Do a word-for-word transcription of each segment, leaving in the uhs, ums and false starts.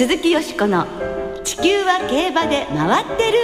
鈴木よしこの地球は競馬で回ってる。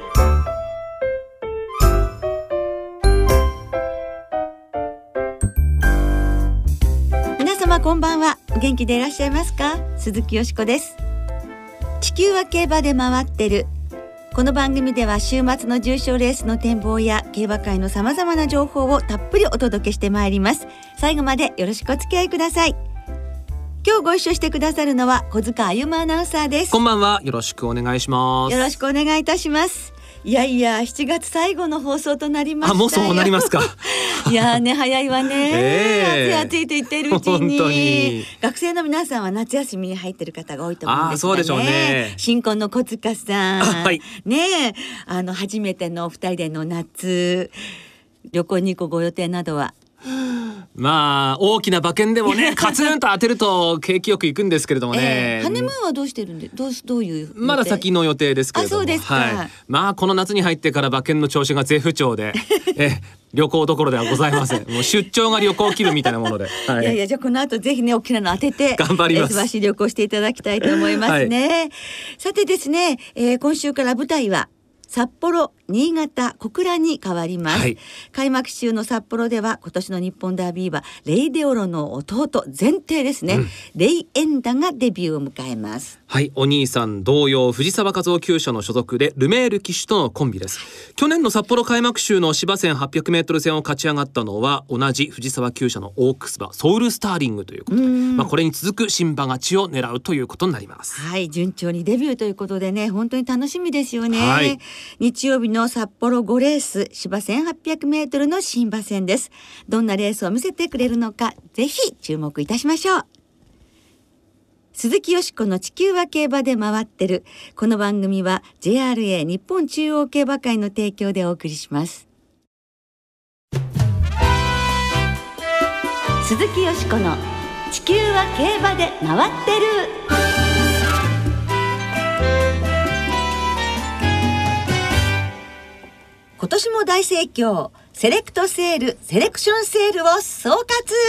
皆様こんばんは。元気でいらっしゃいますか？鈴木よしこです。地球は競馬で回ってる。この番組では週末の重賞レースの展望や競馬界のさまざまな情報をたっぷりお届けしてまいります。最後までよろしくお付き合いください。今日ご一緒してくださるのは小塚あゆまアナウンサーです。 こんばんは。よろしくお願いします。 よろしくお願いいたします。いやいやしちがつ最後の放送となりましたよ。 あ、もうそうなりますか。 いやね、早いわね、えー、暑い暑いと言っているうち に, 本当に学生の皆さんは夏休みに入ってる方が多いと思うんですがね。あ、 そうでしょうね。 新婚の小塚さん、 はい、 ね、あの初めてのお二人での夏旅行に行くご予定などは？ まあ大きな馬券でもねカツンと当てると景気よく行くんですけれどもね、 えー、ハネムーンはどうしてるんでどうどういうまだ先の予定ですけれども。 あ、そうですか、 はい、まあこの夏に入ってから馬券の調子が絶不調でえ旅行どころではございません。もう出張が旅行気分みたいなもので、はい、 いやいや、じゃあこの後ぜひね大きなの当てて頑張ります。 素晴らしい旅行していただきたいと思いますね、はい、さてですね、えー、今週から舞台は札幌、新潟、小倉に変わります、はい、開幕週の札幌では今年の日本ダービーはレイデオロの弟前提ですね、うん、レイエンダがデビューを迎えます。 はい、お兄さん同様藤沢和夫厩舎の所属でルメール騎手とのコンビです。去年の札幌開幕週の芝 せんはっぴゃくメートル 戦を勝ち上がったのは同じ藤沢厩舎のオークス馬ソウルスターリングということで、まあ、これに続く新馬勝ちを狙うということになります。 はい、順調にデビューということでね、本当に楽しみですよね、はい、日曜日の札幌ごレース芝 せんはっぴゃくメートル の新馬戦です。どんなレースを見せてくれるのかぜひ注目いたしましょう。鈴木よしこの地球は競馬で回ってる。この番組は ジェイアールエー 日本中央競馬会の提供でお送りします。鈴木よしこの地球は競馬で回ってる。今年も大盛況、セレクトセールセレクションセールを総括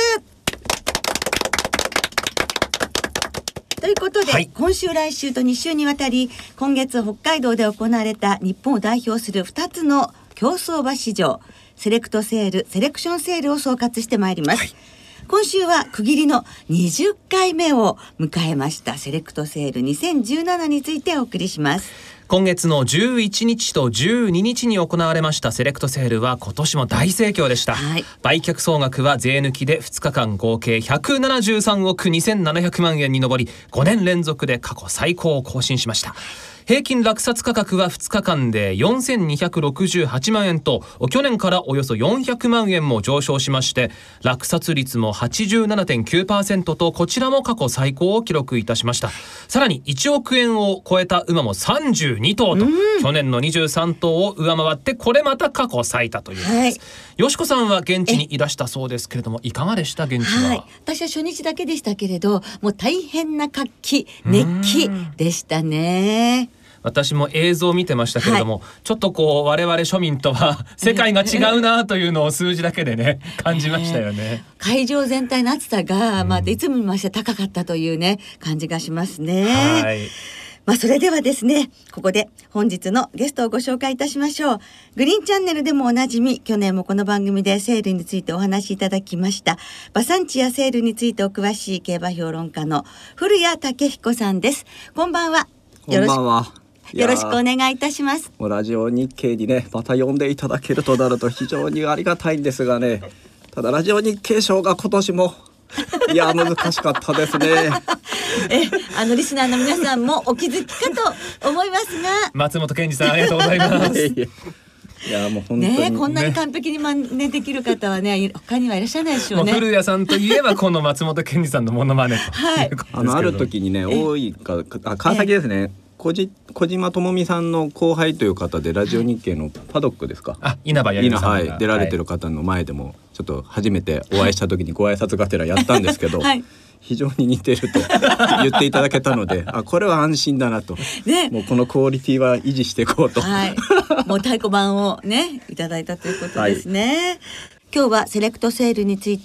ということで、はい、今週来週とに週にわたり今月北海道で行われた日本を代表するふたつの競走馬市場セレクトセールセレクションセールを総括してまいります、はい、今週は区切りのにじゅっかいめを迎えましたセレクトセールにせんじゅうななについてお送りします。 今月のじゅういちにちとじゅうににちに行われましたセレクトセールは今年も大盛況でした、はい、売却総額は税抜きでふつかかん合計ひゃくななじゅうさんおくにせんななひゃくまんえんに上りごねん連続で過去最高を更新しました。平均落札価格はふつかかんでよんせんにひゃくろくじゅうはちまんえんと去年からおよそよんひゃくまんえんも上昇しまして、落札率も はちじゅうななてんきゅうパーセント とこちらも過去最高を記録いたしました。さらにいちおくえんを超えた馬もさんじゅうにとうと去年のにじゅうさんとうを上回ってこれまた過去最多ということです、はい、よしこさんは現地にいらしたそうですけれどもいかがでした現地は？はい、 私は初日だけでしたけれどもう大変な活気熱気でしたね。 私も映像を見てましたけれども、はい、ちょっとこう我々庶民とは世界が違うなというのを数字だけでね感じましたよね、 えー、会場全体の暑さが、まあ、いつも見まして高かったというね感じがしますね。はい、まあ、それではですねここで本日のゲストをご紹介いたしましょう。グリーンチャンネルでもおなじみ去年もこの番組でセールについてお話しいただきました馬産地やセールについてお詳しい競馬評論家の古谷武彦さんです。こんばんは。 こんばんは。 よろしくお願いいたします。 もうラジオ日経にねまた呼んでいただけるとなると非常にありがたいんですがね、ただラジオ日経賞が今年もいや難しかったですねえあのリスナーの皆さんもお気づきかと思いますが松本健二さんありがとうございますいやもう本当にねこんなに完璧に真似できる方はね他にはいらっしゃらないでしょうね。 もう古谷さんといえばこの松本健二さんのモノマネと、 はい、 あのある時にね大井かあ川崎ですね、小, じ小島智美さんの後輩という方でラジオ日経のパドックですか、 あ稲葉弥生さんが、 はい、出られてる方の前でもちょっと初めてお会いした時にご挨拶がてらやったんですけど、はい、非常に似てると言っていただけたのであこれは安心だなと、ね、もうこのクオリティは維持していこうと、 はい、もう太鼓判をねいただいたということですね、はい、今日はセレクトセールについて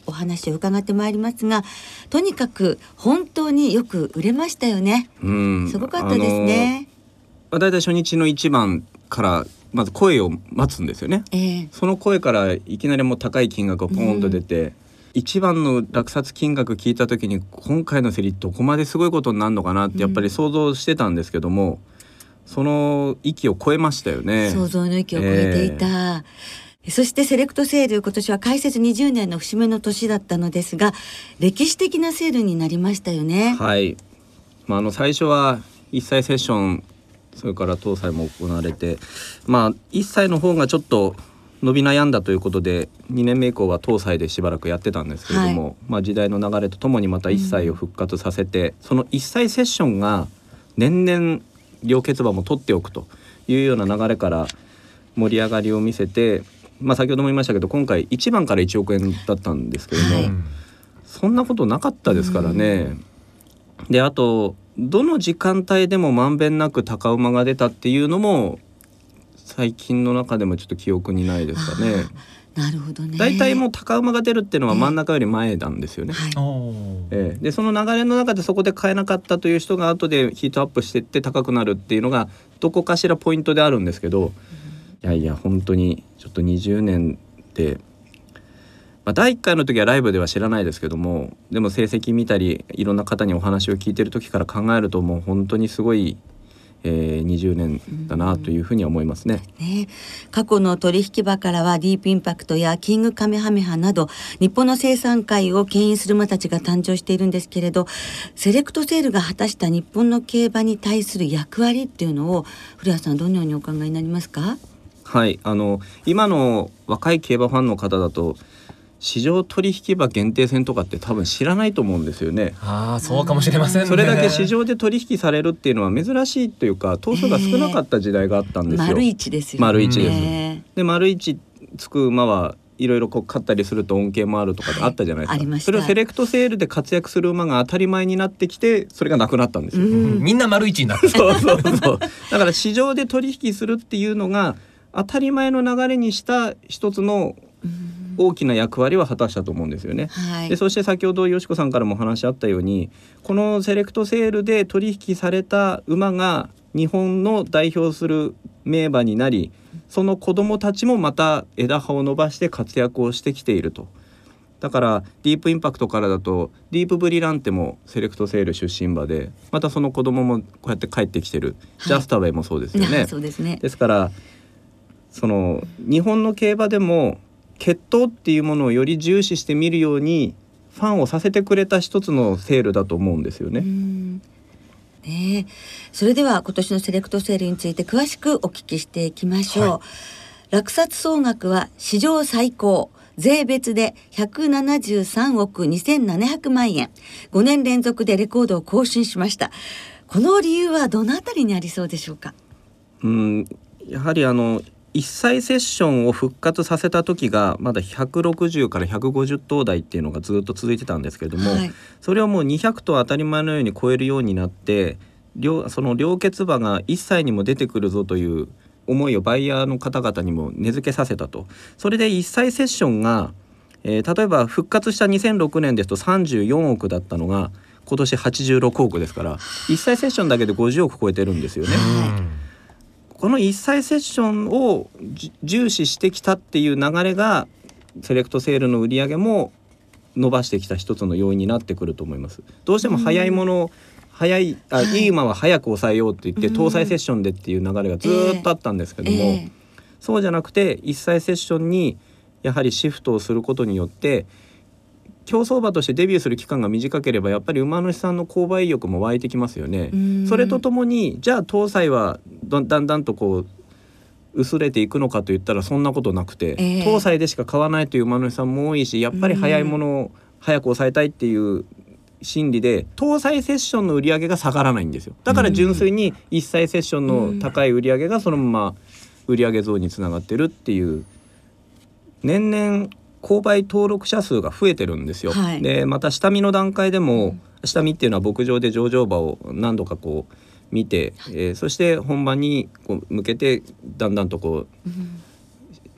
お話を伺ってまいりますが、とにかく本当によく売れましたよね。うん、すごかったですね。 だいたい初日の一番からまず声を待つんですよね、えー、その声からいきなりもう高い金額がポーンと出て、うん、一番の落札金額聞いた時に今回の競りどこまですごいことになるのかなってやっぱり想像してたんですけども、うん、その域を超えましたよね。 想像の域を超えていた、えー、そしてセレクトセール、今年は開設にじゅうねんの節目の年だったのですが、歴史的なセールになりましたよね。 はい、まあ、あの最初は一歳セッション、それから搭載も行われて、まあいっさいの方がちょっと伸び悩んだということでにねんめ以降は搭載でしばらくやってたんですけれども、はい、まあ、時代の流れとともにまたいっさいを復活させて、うん、そのいっさいセッションが年々両決馬も取っておくというような流れから盛り上がりを見せて、まあ、先ほども言いましたけど今回いちばんからいちおくえんだったんですけれども、はい、そんなことなかったですからね、うん、であとどの時間帯でもまんべんなく高馬が出たっていうのも最近の中でもちょっと記憶にないですかね。 なるほどね。 だいたいもう高馬が出るっていうのは真ん中より前なんですよね、えーえー、でその流れの中でそこで買えなかったという人が後でヒートアップしていって高くなるっていうのがどこかしらポイントであるんですけど、うん、いやいや本当にちょっとにじゅうねんで、まあ、だいいっかいの時はライブでは知らないですけども、でも成績見たりいろんな方にお話を聞いてる時から考えるともう本当にすごい、えー、にじゅうねんだなというふうに思いますね。 ね、過去の取引場からはディープインパクトやキングカメハメハなど日本の生産界を牽引する馬たちが誕生しているんですけれど、セレクトセールが果たした日本の競馬に対する役割っていうのを古谷さんどのようにお考えになりますか？ はい、あの今の若い競馬ファンの方だと市場取引馬限定戦とかって多分知らないと思うんですよね。 ああ、そうかもしれませんね。 それだけ市場で取引されるっていうのは珍しいというか頭数が少なかった時代があったんですよ。 丸一ですよね。 丸一です。で丸一つく馬はいろいろこう勝ったりすると恩恵もあるとかあったじゃないですか、はい、ありました。それをセレクトセールで活躍する馬が当たり前になってきてそれがなくなったんですよ、うん、 みんな丸一になってそうそうそうだから市場で取引するっていうのが当たり前の流れにした一つの大きな役割は果たしたと思うんですよね、はい、でそして先ほどよしこさんからも話あったようにこのセレクトセールで取引された馬が日本の代表する名馬になり、その子どもたちもまた枝葉を伸ばして活躍をしてきていると。だからディープインパクトからだとディープブリランテもセレクトセール出身馬でまたその子どももこうやって帰ってきてる、はい、ジャスタウェイもそうですよね。 そうですね。 ですからその日本の競馬でも血統っていうものをより重視して見るようにファンをさせてくれた一つのセールだと思うんですよね。うんね、それでは今年のセレクトセールについて詳しくお聞きしていきましょう、はい、落札総額は史上最高税別でひゃくななじゅうさんおくにせんななひゃくまんえん、ごねん連続でレコードを更新しました。この理由はどのあたりにありそうでしょうか？ うん、やはりあのいっさいセッションを復活させた時がまだひゃくろくじゅうからひゃくごじゅう頭台っていうのがずっと続いてたんですけれども、はい、それをもうにひゃく頭当たり前のように超えるようになって両その両決馬がいっさいにも出てくるぞという思いをバイヤーの方々にも根付けさせたと。それでいっさいセッションが、えー、例えば復活したにせんろくねんですとさんじゅうよんおくだったのが今年はちじゅうろくおくですからいっさいセッションだけでごじゅうおく超えてるんですよね。このいっさいセッションを重視してきたっていう流れがセレクトセールの売り上げも伸ばしてきた一つの要因になってくると思います。どうしても早いもの、早いあ、はい、いい馬は早く抑えようって言って搭載セッションでっていう流れがずっとあったんですけども、えーえー、そうじゃなくていっさいセッションにやはりシフトをすることによって競走馬としてデビューする期間が短ければやっぱり馬主さんの購買意欲も湧いてきますよね。それとともにじゃあ搭載はだんだんとこう薄れていくのかといったらそんなことなくて、えー、搭載でしか買わないという馬主さんも多いしやっぱり早いものを早く抑えたいっていう心理で搭載セッションの売り上げが下がらないんですよ。だから純粋にいっさいセッションの高い売り上げがそのまま売り上げ増につながってるっていう、年々購買登録者数が増えてるんですよ、はい、でまた下見の段階でも、うん、下見っていうのは牧場で上場馬を何度かこう見て、はい、えー、そして本番にこう向けてだんだんとこう、うん、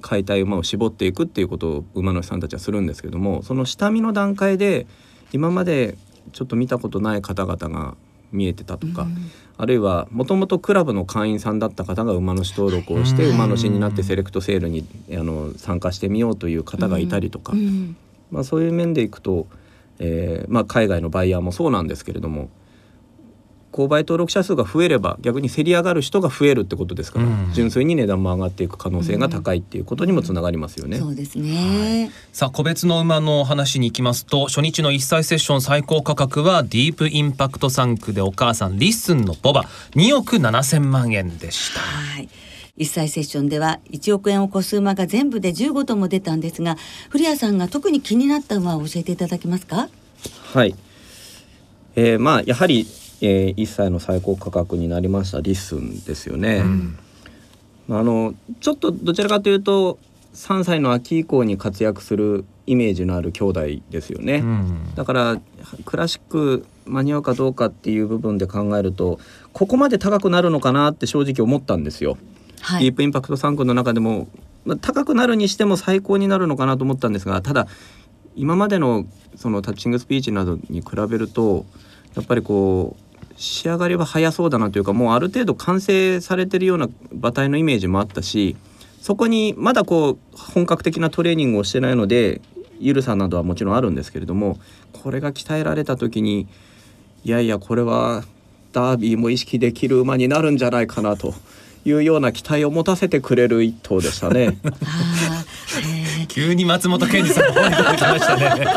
買いたい馬を絞っていくっていうことを馬主さんたちはするんですけども、その下見の段階で今までちょっと見たことない方々が見えてたとか、うん、あるいはもともとクラブの会員さんだった方が馬主登録をして馬主になってセレクトセールにあの参加してみようという方がいたりとか、うんうん、まあ、そういう面でいくと、えーまあ、海外のバイヤーもそうなんですけれども、購買登録者数が増えれば逆に競り上がる人が増えるってことですから、うん、純粋に値段も上がっていく可能性が高いっていうことにもつながりますよね、 うん、そうですね、 はい、さあ個別の馬の話に行きますと、初日のいっさいセッション最高価格はディープインパクトさん区でお母さんリッスンのボバにおくななせんまんえんでした。 はい、いっさいセッションではいちおくえんを超す馬が全部でじゅうごとも出たんですが、古谷さんが特に気になった馬を教えていただけますか？ はい、えー、まあやはりえー、いっさいの最高価格になりましたリッスンですよね、うん、あのちょっとどちらかというとさんさいの秋以降に活躍するイメージのある兄弟ですよね、うん、だからクラシック間に合うかどうかっていう部分で考えるとここまで高くなるのかなって正直思ったんですよ、はい、ディープインパクトさん区の中でも、まあ、高くなるにしても最高になるのかなと思ったんですが、ただ今までのそのタッチングスピーチなどに比べるとやっぱりこう仕上がりは早そうだなというか、もうある程度完成されてるような馬体のイメージもあったし、そこにまだこう本格的なトレーニングをしてないので緩さなどはもちろんあるんですけれども、これが鍛えられた時にいやいやこれはダービーも意識できる馬になるんじゃないかなというような期待を持たせてくれる一頭でしたね。 あ急に松本健二さんの方に出てきましたね。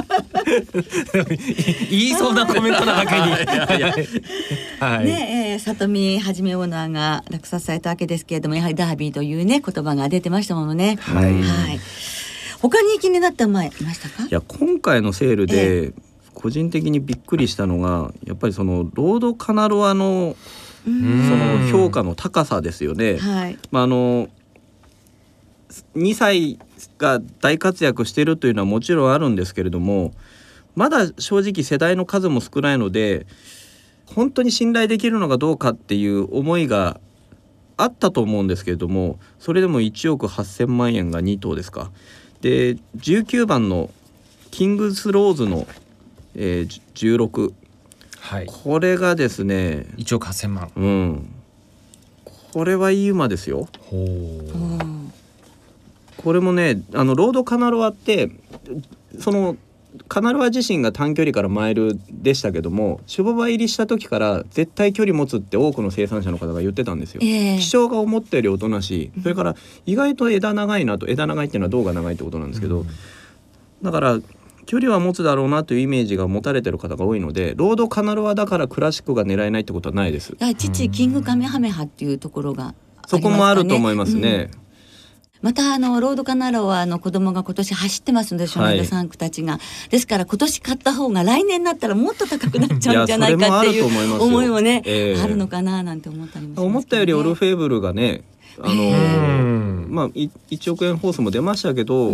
言いそうなコメントなだけにはい、ねえー、里見はじめオーナーが落札されたわけですけれども、やはりダービーというね言葉が出てましたものね。 はい、はい、 他に気になった馬いましたか？ いや今回のセールで個人的にびっくりしたのがやっぱりそのロードカナロアのその評価の高さですよね。はい、まあ、あのにさいが大活躍しているというのはもちろんあるんですけれども、まだ正直世代の数も少ないので本当に信頼できるのかどうかっていう思いがあったと思うんですけれども、それでもいちおくはっせんまんえんがに頭ですか。でじゅうきゅうばんのキングスローズの、えー、じゅうろく、はい、これがですねいちおくはっせんまん、 うん、これはいい馬ですよ。 ほう、 これもねあのロードカナロアってそのカナロア自身が短距離からマイルでしたけども、種牡馬入りした時から絶対距離持つって多くの生産者の方が言ってたんですよ、えー、気性が思ったよりおとなしい、それから意外と枝長いなと、枝長いっていうのは胴が長いってことなんですけど、うん、だから距離は持つだろうなというイメージが持たれてる方が多いので、ロードカナロアだからクラシックが狙えないってことはないです。 父キングカメハメハっていうところがありますかね。 そこもあると思いますね、うん、 またあのロードカナロアの子供が今年走ってますので、ショナルさん区たちが、はい、ですから今年買った方が来年になったらもっと高くなっちゃうんじゃないかっていう思いもね、えー、あるのかななんて思ったりもしますけどね。 思ったよりオルフェーブルがねあのーまあ、いちおくえんホースも出ましたけど、うん、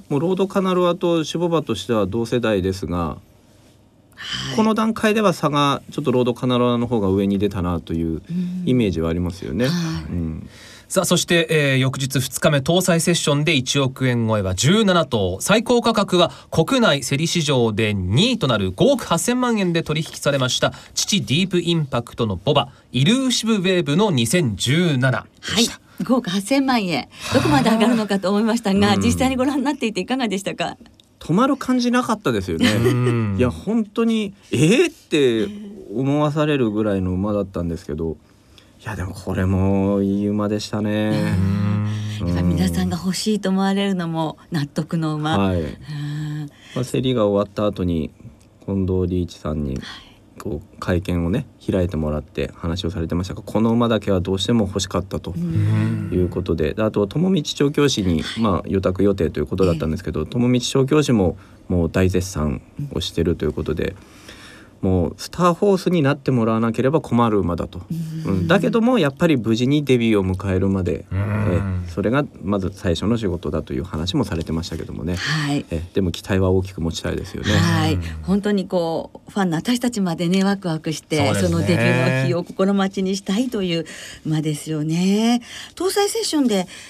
もうロードカナロアとシュボバとしては同世代ですが、はい、この段階では差がちょっとロードカナロアの方が上に出たなというイメージはありますよね、うんはいうん、 さあそして、えー、翌日ふつかめ搭載セッションでいちおくえん超えはじゅうなな頭、最高価格は国内競り市場でにいとなるごおくはっせんまんえんで取引されました父ディープインパクトのボバイルーシブウェーブのにせんじゅうななでした。 はい、ごおくはっせんまんえん、どこまで上がるのかと思いましたが、実際にご覧になっていていかがでしたか？ 止まる感じなかったですよね。いや本当にえーって思わされるぐらいの馬だったんですけど、いやでもこれもいい馬でしたね。 やっぱ皆さんが欲しいと思われるのも納得の馬、はい、 まあ、競りが終わった後に近藤リーチさんにこう会見をね開いてもらって話をされてましたが、この馬だけはどうしても欲しかったということで、あと友道調教師に、まあ、予託予定ということだったんですけど、友道調教師ももう大絶賛をしているということで、もうスターホースになってもらわなければ困る馬だと、うん、だけどもやっぱり無事にデビューを迎えるまで、えそれがまず最初の仕事だという話もされてましたけどもね、はい、えでも期待は大きく持ちたいですよね。 はい、本当にこうファンの私たちまでねワクワクして そ,、ね、そのデビューの日を心待ちにしたいという馬ですよね。搭載セッションで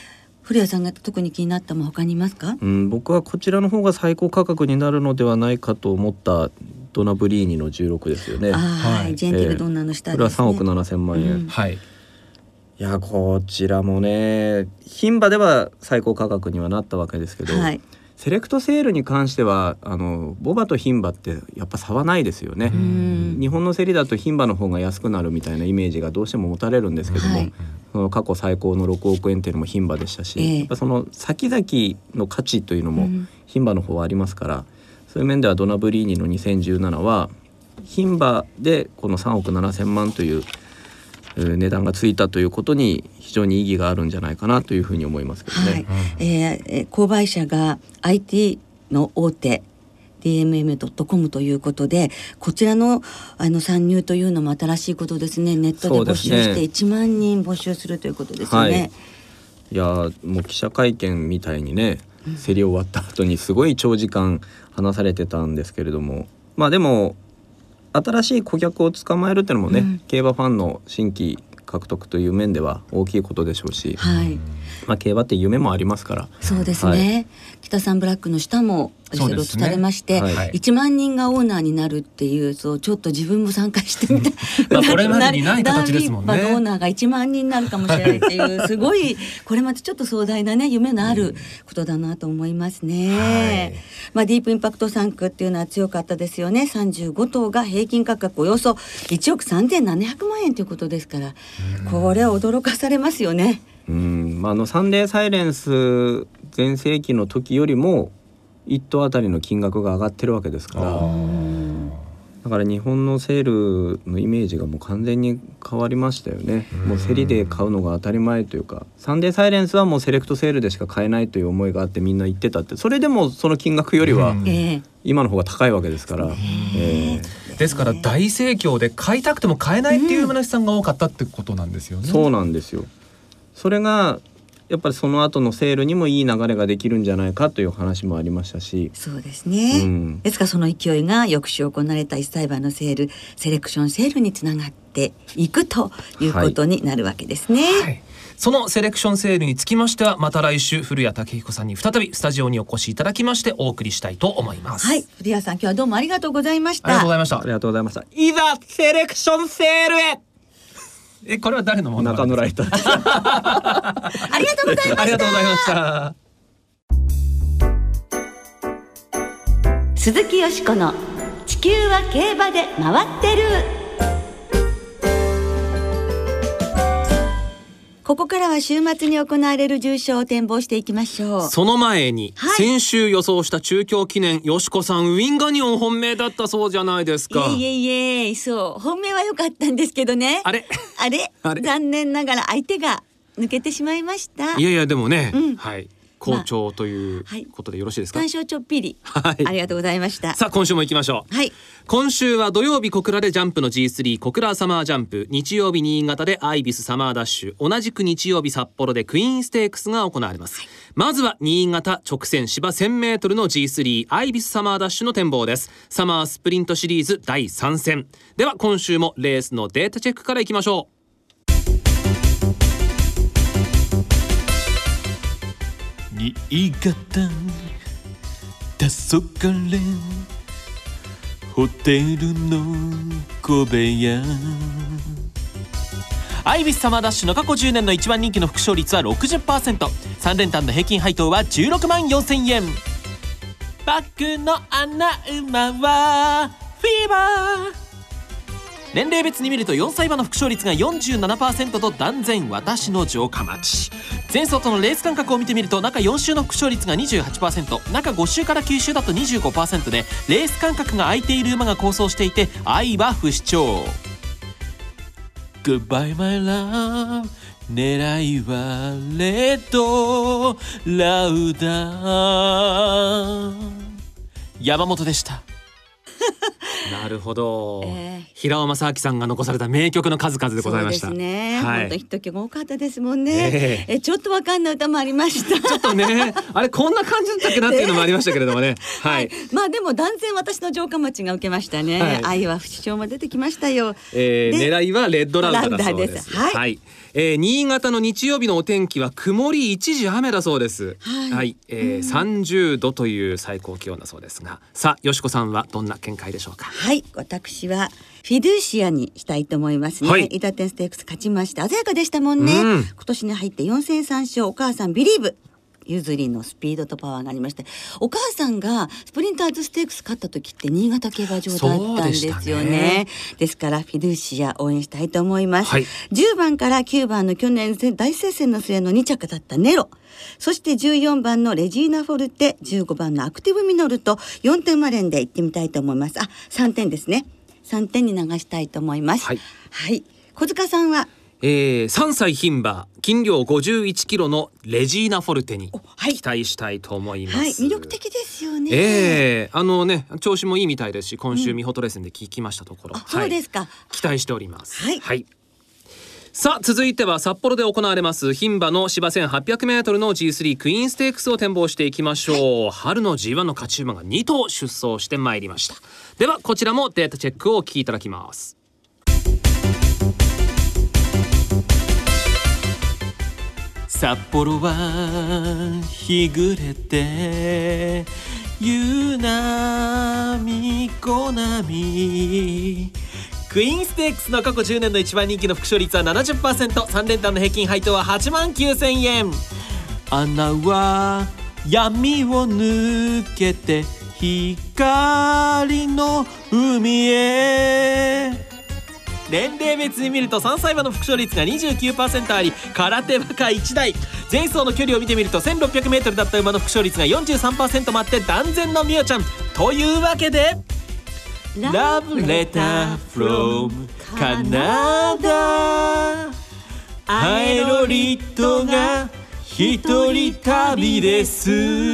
古谷さんが特に気になったも他にいますか？ うん、僕はこちらの方が最高価格になるのではないかと思ったドナブリーニのじゅうろくですよね。 あ、はい、ジェンティルドンナの下ですね、 これはさんおくななせんまんえん、うん、 はい。 いやこちらもね牝馬では最高価格にはなったわけですけど、はい、セレクトセールに関してはあのボバと牝馬ってやっぱ差はないですよね。日本の競りだと牝馬の方が安くなるみたいなイメージがどうしても持たれるんですけども、はい、その過去最高のろくおくえんっていうのも牝馬でしたし、えー、やっぱその先々の価値というのも牝馬の方はありますから、うん、そういう面ではドナブリーニのにせんじゅうななは牝馬でこのさんおくななせんまんという値段がついたということに非常に意義があるんじゃないかなというふうに思いますけどね。はい、 えー、購買者が アイティー の大手 ディーエムエムドットコム ということで、こちらのあの参入というのも新しいことですね。ネットで募集していちまんにん募集するということですよね。はい、 いやもう記者会見みたいにね、競り終わった後にすごい長時間話されてたんですけれども、まあでも新しい顧客を捕まえるっていうのもね、うん、競馬ファンの新規獲得という面では大きいことでしょうし、はい、まあ、競馬って夢もありますから。そうですね、はい、 北サンブラックの下もローされまして、ね、はい、いちまんにんがオーナーになるっていう、そうちょっと自分も参加してみたいまあこれまでにない形ですもんね。 ダービー馬のオーナーがいちまんにんになるかもしれないっていうすごいこれまたちょっと壮大なね夢のあることだなと思いますね。はい、まあ、ディープインパクトさん区っていうのは強かったですよね。さんじゅうごとうが平均価格およそいちおくさんぜんななひゃくまんえんということですから、これは驚かされますよね。 うん、まあ、あのサンデーサイレンス全盛期の時よりもいっ頭あたりの金額が上がってるわけですから、だから日本のセールのイメージがもう完全に変わりましたよね。もう競りで買うのが当たり前というか、サンデーサイレンスはもうセレクトセールでしか買えないという思いがあってみんな言ってたって、それでもその金額よりは今の方が高いわけですから、 えー、ですから大盛況で買いたくても買えないっていう馬主さんが多かったってことなんですよね。 そうなんですよ。それがやっぱりその後のセールにもいい流れができるんじゃないかという話もありましたし。 そうですね、うん、ですからその勢いが翌週行われたいっさい馬のセール、セレクションセールにつながっていくということになるわけですね。はいはい、 そのセレクションセールにつきましてはまた来週古谷武彦さんに再びスタジオにお越しいただきましてお送りしたいと思います。 はい、古谷さん今日はどうもありがとうございました。 ありがとうございました。 ありがとうございました。いざセレクションセールへ。 え、これは誰のもの？ 中野ライターありがとうございました。 ありがとうございました。 鈴木よしこの地球は競馬で回ってる。ここからは週末に行われる重賞を展望していきましょう。 その前に、はい、先週予想した中京記念、よしこさんウィンガニオン本命だったそうじゃないですか。 いえいえいえ、そう本命は良かったんですけどね。 あれあれあれ残念ながら相手が抜けてしまいました。 いやいやでもね、うん、はい、好調ということでよろしいですか。 単勝ちょっぴり、はい、ありがとうございました。 さあ今週も行きましょう。はい、今週は土曜日小倉でジャンプの ジースリー 小倉サマージャンプ、日曜日新潟でアイビスサマーダッシュ、同じく日曜日札幌でクイーンステークスが行われます。はい、まずは新潟直線芝 せんメートルの ジースリー アイビスサマーダッシュの展望です。サマースプリントシリーズだいさん戦では今週もレースのデータチェックからいきましょう。 新潟黄昏ホテルの小部屋、アイビスサマーダッシュの過去じゅうねんのいちばん人気の副勝率は ろくじゅっパーセント、 さん連単の平均配当はじゅうろくまんよんせんえん。バックの穴馬はフィーバー。年齢別に見るとよんさい馬の副勝率が よんじゅうななパーセント と断然私の城下町。前走とのレース間隔を見てみると中よん週の副勝率が にじゅうはちパーセント、 中ご週からきゅう週だと にじゅうごパーセント でレース間隔が空いている馬が構想していて愛は不死鳥。 Goodbye my love 狙いはレッドラウダー。山本でした。 なるほど、えー、平尾正明さんが残された名曲の数々でございました。 そうですね、はい、本当ヒット曲多かったですもんね、えー、えちょっとわかんない歌もありましたちょっとねあれこんな感じだったっけなっていうのもありましたけれどもね、はい、はい、 まあでも断然私の城下町が受けましたね、はい、愛は不死鳥も出てきましたよ、 えー、狙いはレッドラウダだそうです。はい、はい、えー、新潟の日曜日のお天気は曇り一時雨だそうです。はい、はい、えー、さんじゅうどという最高気温だそうですが、さあよしこさんはどんな見解でしょうか。 はい、私はフィドゥシアにしたいと思いますね、はい、イタテンステークス勝ちました鮮やかでしたもんね、うん、今年に入ってよん戦さん勝、お母さんビリーブゆずりのスピードとパワーがありまして、お母さんがスプリンターズステークス勝った時って新潟競馬場だったんですよ ね, ねですからフィドゥシア応援したいと思います、はい、じゅうばんからきゅうばんの去年大接戦の末のに着だったネロ、そしてじゅうよんばんのレジーナフォルテ、じゅうごばんのアクティブミノルとよんてん馬連で行ってみたいと思います。あ、さんてんですね、さんてんに流したいと思います。はい、はい、小塚さんはえー、さんさい牝馬斤量ごじゅういちキロのレジーナフォルテに期待したいと思います、はいはい、 魅力的ですよね、 えー、あのね調子もいいみたいですし、今週ミホトレースで聞きましたところ、うん、 あ、そうですか、はい、 期待しております。 はい、はい、 さあ続いては札幌で行われます牝馬の芝 せんはっぴゃくメートル の ジースリー クイーンステークスを展望していきましょう、はい、春の ジーワン の勝ち馬がに頭出走してまいりました。ではこちらもデータチェックをお聞きいただきます。 札幌は日暮れて夕波小波、クイーンステークスの過去じゅうねんの一番人気の副勝率は ななじゅっパーセント、 さん連単の平均配当ははちまんきゅうせんえん。穴は闇を抜けて光の海へ。年齢別に見るとさんさい馬の副勝率が にじゅうきゅうパーセント あり、空手馬がいちだい、前走の距離を見てみると せんろっぴゃくメートル だった馬の副勝率が よんじゅうさんパーセント もあって断然のみおちゃんというわけで、 Love Letter from Canada、 アエロリットが一人旅です。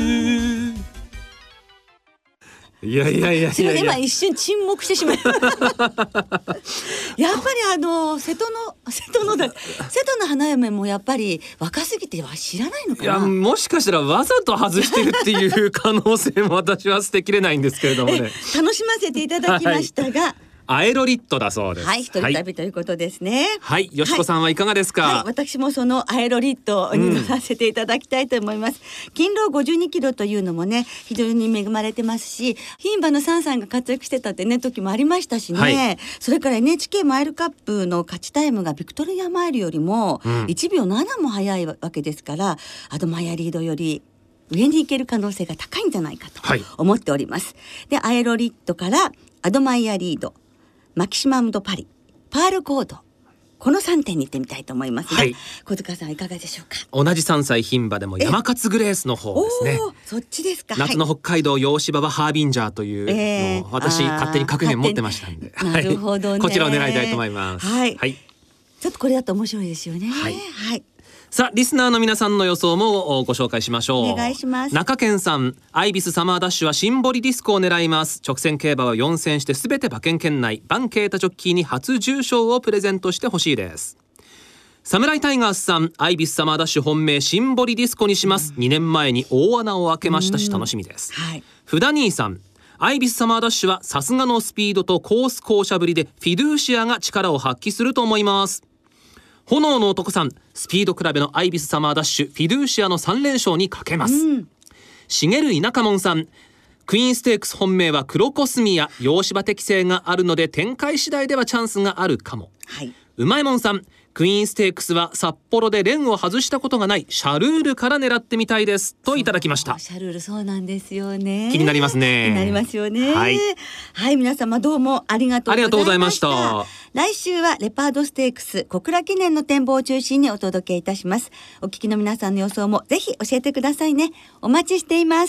いやいやいやいやいや、 今一瞬沈黙してしまいやっぱりあの瀬戸の瀬戸のだ瀬戸の花嫁もやっぱり若すぎては知らないのかな。 いや、もしかしたらわざと外してるっていう可能性も私は捨てきれないんですけれどもね楽しませていただきましたが、はい、 アエロリットだそうです。 はい、一人旅ということですね。 はい、はい、よしこさんはいかがですか。はいはい、 私もそのアエロリットに乗させていただきたいと思います。斤量ごじゅうにキロというのもね、非常に恵まれてますし、牝馬のさんさいが活躍してたってね時もありましたしね、はい、それから エヌエイチケー マイルカップの勝ちタイムがビクトリアマイルよりもいちびょうななも早いわけですから、アドマイヤリードより上に行ける可能性が高いんじゃないかと思っております。はい、でアエロリットからアドマイヤリード、マキシマムドパリ、パールコード、このさんてんに行ってみたいと思いますが、はい、小塚さんいかがでしょうか。 同じさんさい牝馬でも山勝グレースの方ですね。 そっちですか。 夏の北海道洋芝はハービンジャーというのを、えー、私勝手に確変持ってましたんで、 なるほどね、 こちらを狙いたいと思います。 はい、はい、ちょっとこれだと面白いですよね。はい、はい、 さあリスナーの皆さんの予想もご紹介しましょう。 お願いします。 中堅さん、アイビスサマーダッシュはシンボリディスコを狙います。直線競馬はよん戦してすべて馬券圏内、バンケータジョッキーに初重賞をプレゼントしてほしいです。サムライタイガースさん、アイビスサマーダッシュ本命シンボリディスコにします。にねんまえに大穴を開けましたし楽しみです。はい、フダニーさん、アイビスサマーダッシュはさすがのスピードとコース降車ぶりでフィドゥーシアが力を発揮すると思います。炎の男さん、スピード比べのアイビスサマーダッシュフィドゥーシアのさん連勝にかけます。うん、しげる田舎門さん、クイーンステークス本命はクロコスミア、洋芝適性があるので展開次第ではチャンスがあるかも。はい、うまいもんさん、クイーンステークスは札幌で連を外したことがないシャルールから狙ってみたいですといただきました。 シャルールそうなんですよね。 気になりますね。 気になりますよね。はい、はい、皆様どうもありがとうございました。ありがとうございました。来週はレパードステークス小倉記念の展望を中心にお届けいたします。お聞きの皆さんの予想もぜひ教えてくださいね。お待ちしています。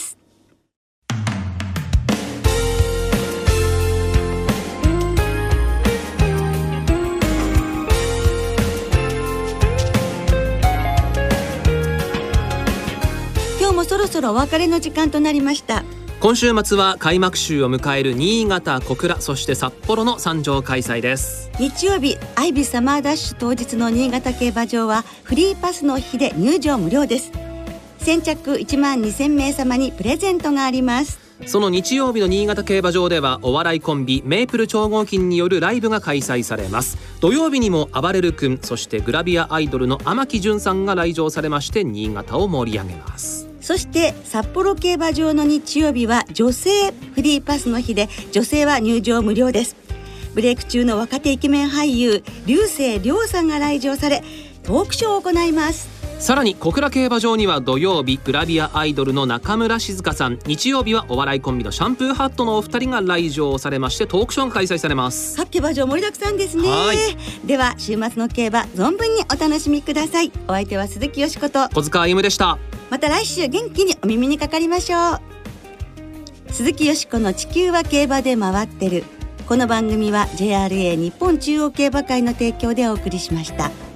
今日もそろそろお別れの時間となりました。 今週末は開幕週を迎える新潟、小倉、そして札幌のさん場開催です。 日曜日、アイビサマーダッシュ当日の新潟競馬場はフリーパスの日で入場無料です。先着いちまんにせんめい様にプレゼントがあります。 その日曜日の新潟競馬場ではお笑いコンビメープル超合金によるライブが開催されます。土曜日にもあばれる君、そしてグラビアアイドルの天城潤さんが来場されまして新潟を盛り上げます。 そして札幌競馬場の日曜日は女性フリーパスの日で、女性は入場無料です。ブレイク中の若手イケメン俳優竜星涼さんが来場されトークショーを行います。 さらに小倉競馬場には土曜日グラビアアイドルの中村静香さん、日曜日はお笑いコンビのシャンプーハットのお二人が来場されましてトークショーが開催されます。 各競馬場盛りだくさんですね。では週末の競馬存分にお楽しみください。お相手は鈴木よしこと小塚あゆむでした。 また来週元気にお耳にかかりましょう。鈴木よしこの地球は競馬で回ってる。この番組は ジェイアールエー 日本中央競馬会の提供でお送りしました。